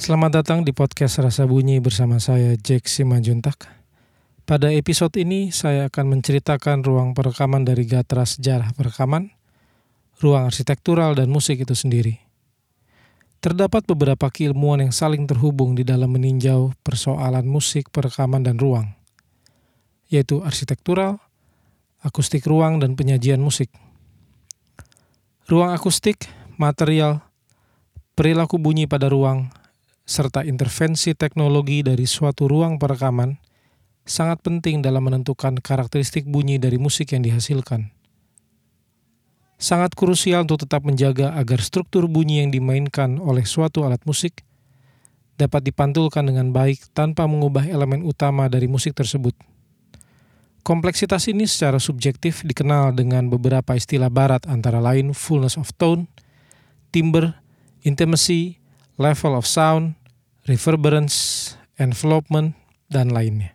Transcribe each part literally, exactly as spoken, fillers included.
Selamat datang di podcast Rasa Bunyi bersama saya Jack Simanjuntak. Pada episode ini saya akan menceritakan ruang perekaman dari Gatra Sejarah Perekaman, ruang arsitektural dan musik itu sendiri. Terdapat beberapa keilmuan yang saling terhubung di dalam meninjau persoalan musik, perekaman, dan ruang, yaitu arsitektural, akustik ruang, dan penyajian musik. Ruang akustik, material, perilaku bunyi pada ruang, serta intervensi teknologi dari suatu ruang perekaman sangat penting dalam menentukan karakteristik bunyi dari musik yang dihasilkan. Sangat krusial untuk tetap menjaga agar struktur bunyi yang dimainkan oleh suatu alat musik dapat dipantulkan dengan baik tanpa mengubah elemen utama dari musik tersebut. Kompleksitas ini secara subjektif dikenal dengan beberapa istilah barat antara lain fullness of tone, timbre, intimacy, level of sound, reverberance, envelopment, dan lainnya.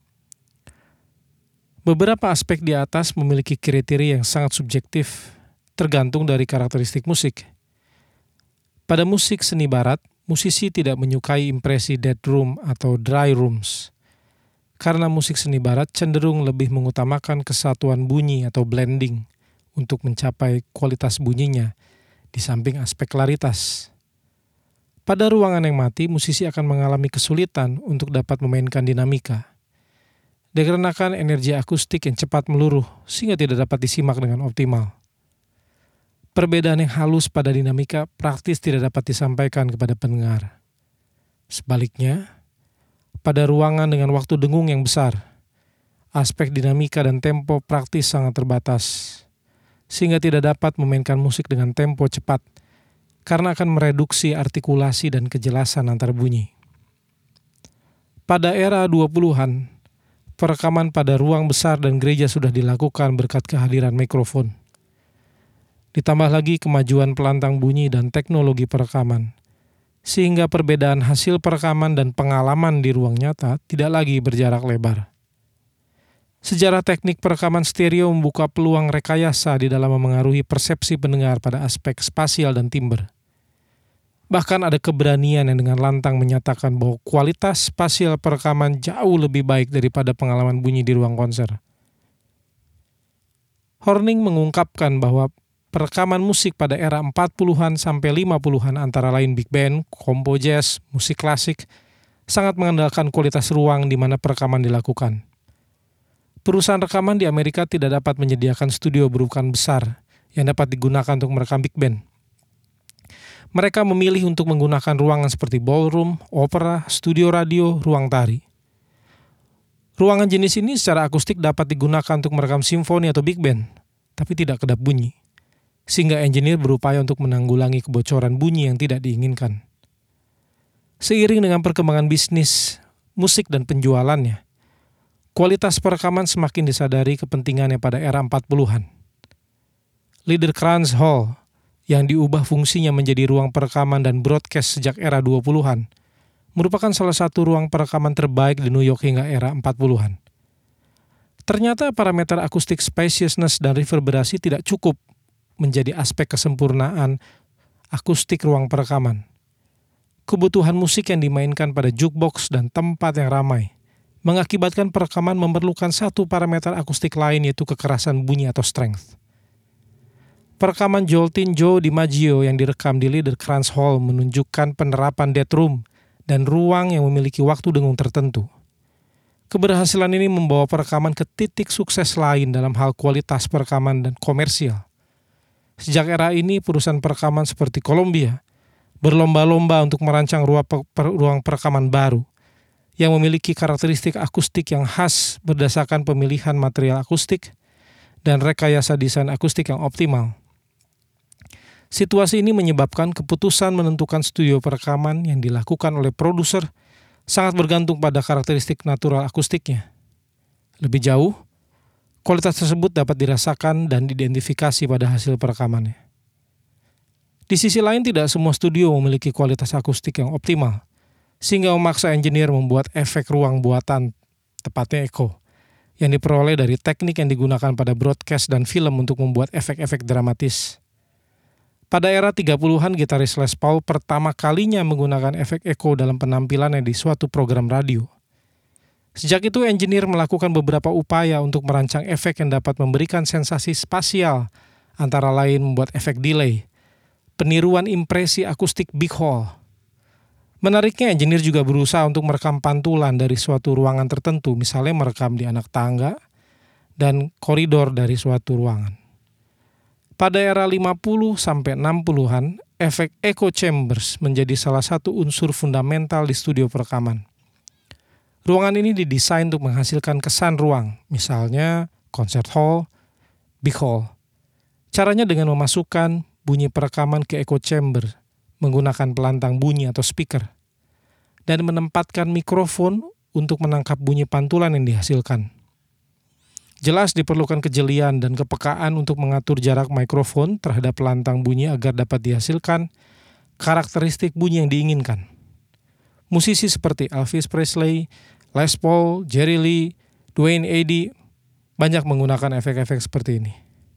Beberapa aspek di atas memiliki kriteria yang sangat subjektif, tergantung dari karakteristik musik. Pada musik seni barat, musisi tidak menyukai impresi dead room atau dry rooms, karena musik seni barat cenderung lebih mengutamakan kesatuan bunyi atau blending untuk mencapai kualitas bunyinya, di samping aspek klaritas. Pada ruangan yang mati, musisi akan mengalami kesulitan untuk dapat memainkan dinamika, dikarenakan energi akustik yang cepat meluruh sehingga tidak dapat disimak dengan optimal. Perbedaan yang halus pada dinamika praktis tidak dapat disampaikan kepada pendengar. Sebaliknya, pada ruangan dengan waktu dengung yang besar, aspek dinamika dan tempo praktis sangat terbatas, sehingga tidak dapat memainkan musik dengan tempo cepat, karena akan mereduksi artikulasi dan kejelasan antar bunyi. Pada era dua puluhan, perekaman pada ruang besar dan gereja sudah dilakukan berkat kehadiran mikrofon. Ditambah lagi kemajuan pelantang bunyi dan teknologi perekaman, sehingga perbedaan hasil perekaman dan pengalaman di ruang nyata tidak lagi berjarak lebar. Sejarah teknik perekaman stereo membuka peluang rekayasa di dalam memengaruhi persepsi pendengar pada aspek spasial dan timbre. Bahkan ada keberanian yang dengan lantang menyatakan bahwa kualitas spasial perekaman jauh lebih baik daripada pengalaman bunyi di ruang konser. Horning mengungkapkan bahwa perekaman musik pada era empat puluhan sampai lima puluhan antara lain big band, kompo jazz, musik klasik, sangat mengandalkan kualitas ruang di mana perekaman dilakukan. Perusahaan rekaman di Amerika tidak dapat menyediakan studio berukuran besar yang dapat digunakan untuk merekam big band. Mereka memilih untuk menggunakan ruangan seperti ballroom, opera, studio radio, ruang tari. Ruangan jenis ini secara akustik dapat digunakan untuk merekam simfoni atau big band, tapi tidak kedap bunyi, sehingga engineer berupaya untuk menanggulangi kebocoran bunyi yang tidak diinginkan. Seiring dengan perkembangan bisnis, musik dan penjualannya, kualitas perekaman semakin disadari kepentingannya pada era empat puluhan. Liederkranz Hall yang diubah fungsinya menjadi ruang perekaman dan broadcast sejak era dua puluhan merupakan salah satu ruang perekaman terbaik di New York hingga era empat puluhan. Ternyata parameter akustik spaciousness dan reverberasi tidak cukup menjadi aspek kesempurnaan akustik ruang perekaman. Kebutuhan musik yang dimainkan pada jukebox dan tempat yang ramai mengakibatkan perekaman memerlukan satu parameter akustik lain, yaitu kekerasan bunyi atau strength. Perekaman Joltin Joe DiMaggio yang direkam di Liederkranz Hall menunjukkan penerapan dead room dan ruang yang memiliki waktu dengung tertentu. Keberhasilan ini membawa perekaman ke titik sukses lain dalam hal kualitas perekaman dan komersial. Sejak era ini, perusahaan perekaman seperti Columbia berlomba-lomba untuk merancang ruang, per, ruang perekaman baru yang memiliki karakteristik akustik yang khas berdasarkan pemilihan material akustik dan rekayasa desain akustik yang optimal. Situasi ini menyebabkan keputusan menentukan studio perekaman yang dilakukan oleh produser sangat bergantung pada karakteristik natural akustiknya. Lebih jauh, kualitas tersebut dapat dirasakan dan diidentifikasi pada hasil perekamannya. Di sisi lain, tidak semua studio memiliki kualitas akustik yang optimal, sehingga memaksa engineer membuat efek ruang buatan, tepatnya echo, yang diperoleh dari teknik yang digunakan pada broadcast dan film untuk membuat efek-efek dramatis. Pada era tiga puluhan, gitaris Les Paul pertama kalinya menggunakan efek echo dalam penampilannya di suatu program radio. Sejak itu, engineer melakukan beberapa upaya untuk merancang efek yang dapat memberikan sensasi spasial, antara lain membuat efek delay, peniruan impresi akustik big hall. Menariknya, engineer juga berusaha untuk merekam pantulan dari suatu ruangan tertentu, misalnya merekam di anak tangga dan koridor dari suatu ruangan. Pada era lima puluh sampai enam puluhan, efek echo chambers menjadi salah satu unsur fundamental di studio perekaman. Ruangan ini didesain untuk menghasilkan kesan ruang, misalnya concert hall, big hall. Caranya dengan memasukkan bunyi perekaman ke echo chamber menggunakan pelantang bunyi atau speaker, dan menempatkan mikrofon untuk menangkap bunyi pantulan yang dihasilkan. Jelas diperlukan kejelian dan kepekaan untuk mengatur jarak mikrofon terhadap pelantang bunyi agar dapat dihasilkan karakteristik bunyi yang diinginkan. Musisi seperti Elvis Presley, Les Paul, Jerry Lee, Duane Eddy banyak menggunakan efek-efek seperti ini.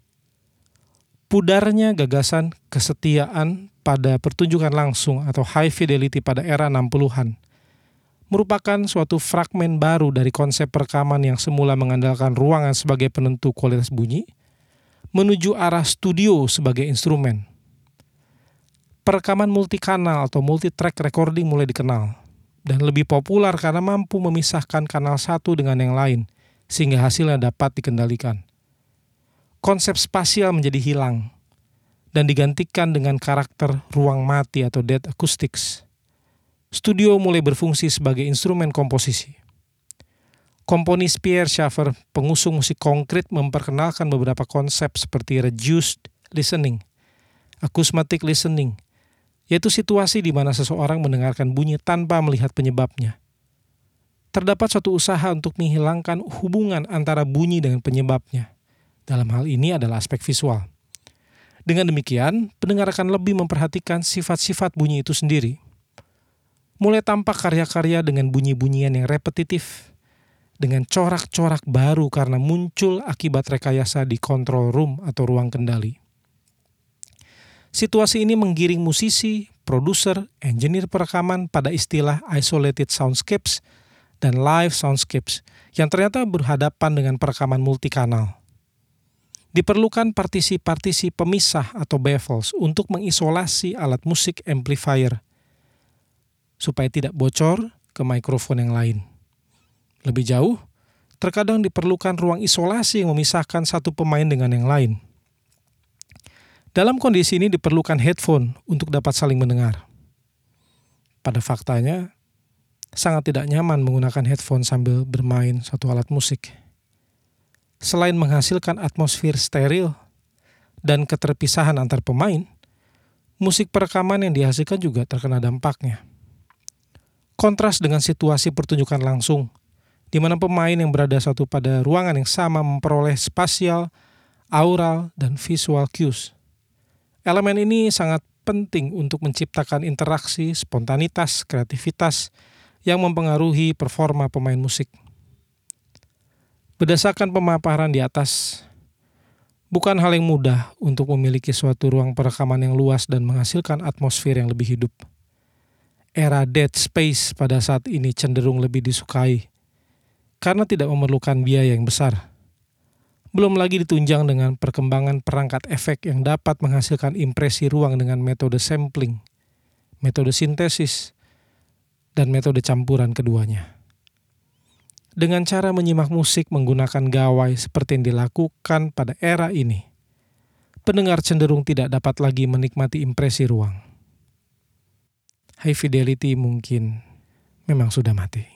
Pudarnya gagasan kesetiaan pada pertunjukan langsung atau high fidelity pada era enam puluhan merupakan suatu fragmen baru dari konsep perekaman yang semula mengandalkan ruangan sebagai penentu kualitas bunyi, menuju arah studio sebagai instrumen. Perekaman multikanal atau multi-track recording mulai dikenal, dan lebih populer karena mampu memisahkan kanal satu dengan yang lain, sehingga hasilnya dapat dikendalikan. Konsep spasial menjadi hilang, dan digantikan dengan karakter ruang mati atau dead acoustics. Studio mulai berfungsi sebagai instrumen komposisi. Komponis Pierre Schaeffer, pengusung musik konkret, memperkenalkan beberapa konsep seperti reduced listening, acousmatic listening, yaitu situasi di mana seseorang mendengarkan bunyi tanpa melihat penyebabnya. Terdapat suatu usaha untuk menghilangkan hubungan antara bunyi dengan penyebabnya. Dalam hal ini adalah aspek visual. Dengan demikian, pendengar akan lebih memperhatikan sifat-sifat bunyi itu sendiri. Mulai tampak karya-karya dengan bunyi-bunyian yang repetitif, dengan corak-corak baru karena muncul akibat rekayasa di control room atau ruang kendali. Situasi ini menggiring musisi, produser, engineer perekaman pada istilah isolated soundscapes dan live soundscapes yang ternyata berhadapan dengan perekaman multikanal. Diperlukan partisi-partisi pemisah atau baffles untuk mengisolasi alat musik amplifier supaya tidak bocor ke mikrofon yang lain. Lebih jauh, terkadang diperlukan ruang isolasi yang memisahkan satu pemain dengan yang lain. Dalam kondisi ini diperlukan headphone untuk dapat saling mendengar. Pada faktanya, sangat tidak nyaman menggunakan headphone sambil bermain suatu alat musik. Selain menghasilkan atmosfer steril dan keterpisahan antar pemain, musik perekaman yang dihasilkan juga terkena dampaknya. Kontras dengan situasi pertunjukan langsung, di mana pemain yang berada satu pada ruangan yang sama memperoleh spasial, aural, dan visual cues. Elemen ini sangat penting untuk menciptakan interaksi, spontanitas, kreativitas yang mempengaruhi performa pemain musik. Berdasarkan pemaparan di atas, bukan hal yang mudah untuk memiliki suatu ruang perekaman yang luas dan menghasilkan atmosfer yang lebih hidup. Era dead space pada saat ini cenderung lebih disukai karena tidak memerlukan biaya yang besar. Belum lagi ditunjang dengan perkembangan perangkat efek yang dapat menghasilkan impresi ruang dengan metode sampling, metode sintesis, dan metode campuran keduanya. Dengan cara menyimak musik menggunakan gawai seperti yang dilakukan pada era ini, pendengar cenderung tidak dapat lagi menikmati impresi ruang. High fidelity mungkin memang sudah mati.